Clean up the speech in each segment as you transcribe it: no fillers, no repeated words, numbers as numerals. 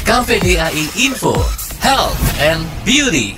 KVDAI Info, Health and Beauty.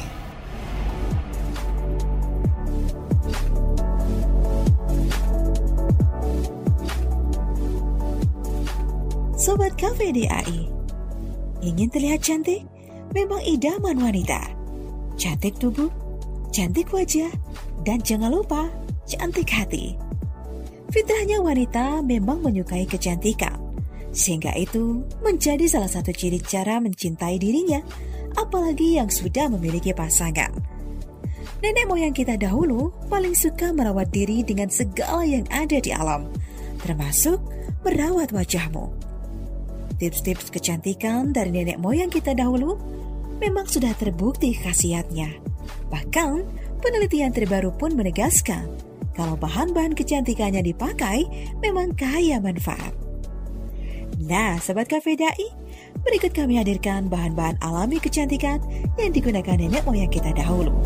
Sobat KVDAI, ingin terlihat cantik? Memang idaman wanita. Cantik tubuh, cantik wajah, dan jangan lupa cantik hati. Fitrahnya wanita memang menyukai kecantikan, sehingga itu menjadi salah satu ciri cara mencintai dirinya, apalagi yang sudah memiliki pasangan. Nenek moyang kita dahulu paling suka merawat diri dengan segala yang ada di alam, termasuk merawat wajahmu. Tips-tips kecantikan dari nenek moyang kita dahulu memang sudah terbukti khasiatnya. Bahkan penelitian terbaru pun menegaskan kalau bahan-bahan kecantikannya dipakai memang kaya manfaat. Nah, Sobat KVDAI, berikut kami hadirkan bahan-bahan alami kecantikan yang digunakan nenek moyang kita dahulu.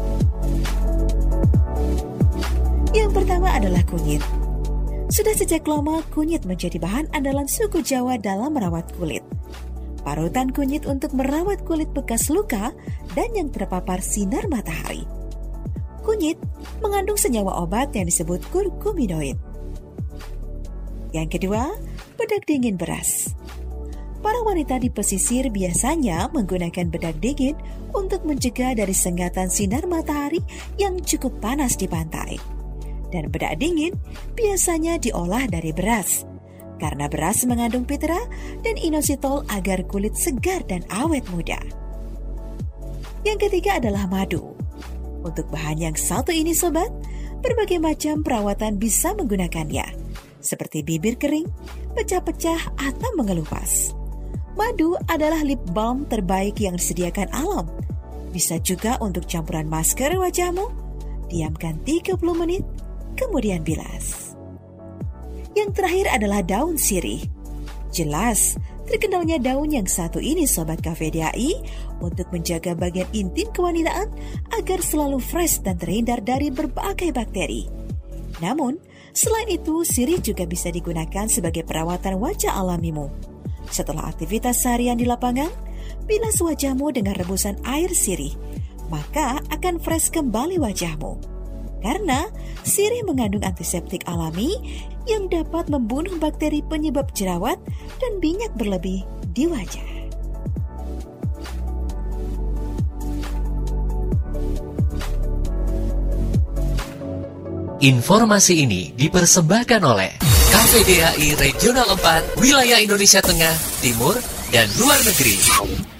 Yang pertama adalah kunyit. Sudah sejak lama kunyit menjadi bahan andalan suku Jawa dalam merawat kulit. Parutan kunyit untuk merawat kulit bekas luka dan yang terpapar sinar matahari. Kunyit mengandung senyawa obat yang disebut kurkuminoid. Yang kedua, bedak dingin beras. Para wanita di pesisir biasanya menggunakan bedak dingin untuk mencegah dari sengatan sinar matahari yang cukup panas di pantai. Dan bedak dingin biasanya diolah dari beras, karena beras mengandung pitra dan inositol agar kulit segar dan awet muda. Yang ketiga adalah madu. Untuk bahan yang satu ini sobat, berbagai macam perawatan bisa menggunakannya, seperti bibir kering, pecah-pecah, atau mengelupas. Madu adalah lip balm terbaik yang disediakan alam. Bisa juga untuk campuran masker wajahmu. Diamkan 30 menit, kemudian bilas. Yang terakhir adalah daun sirih. Jelas, terkenalnya daun yang satu ini Sobat KVDAI untuk menjaga bagian intim kewanitaan agar selalu fresh dan terhindar dari berbagai bakteri. Namun, selain itu sirih juga bisa digunakan sebagai perawatan wajah alamimu. Setelah aktivitas seharian di lapangan, bilas wajahmu dengan rebusan air sirih, maka akan fresh kembali wajahmu. Karena sirih mengandung antiseptik alami yang dapat membunuh bakteri penyebab jerawat dan minyak berlebih di wajah. Informasi ini dipersembahkan oleh KVDAI Regional 4, Wilayah Indonesia Tengah, Timur, dan Luar Negeri.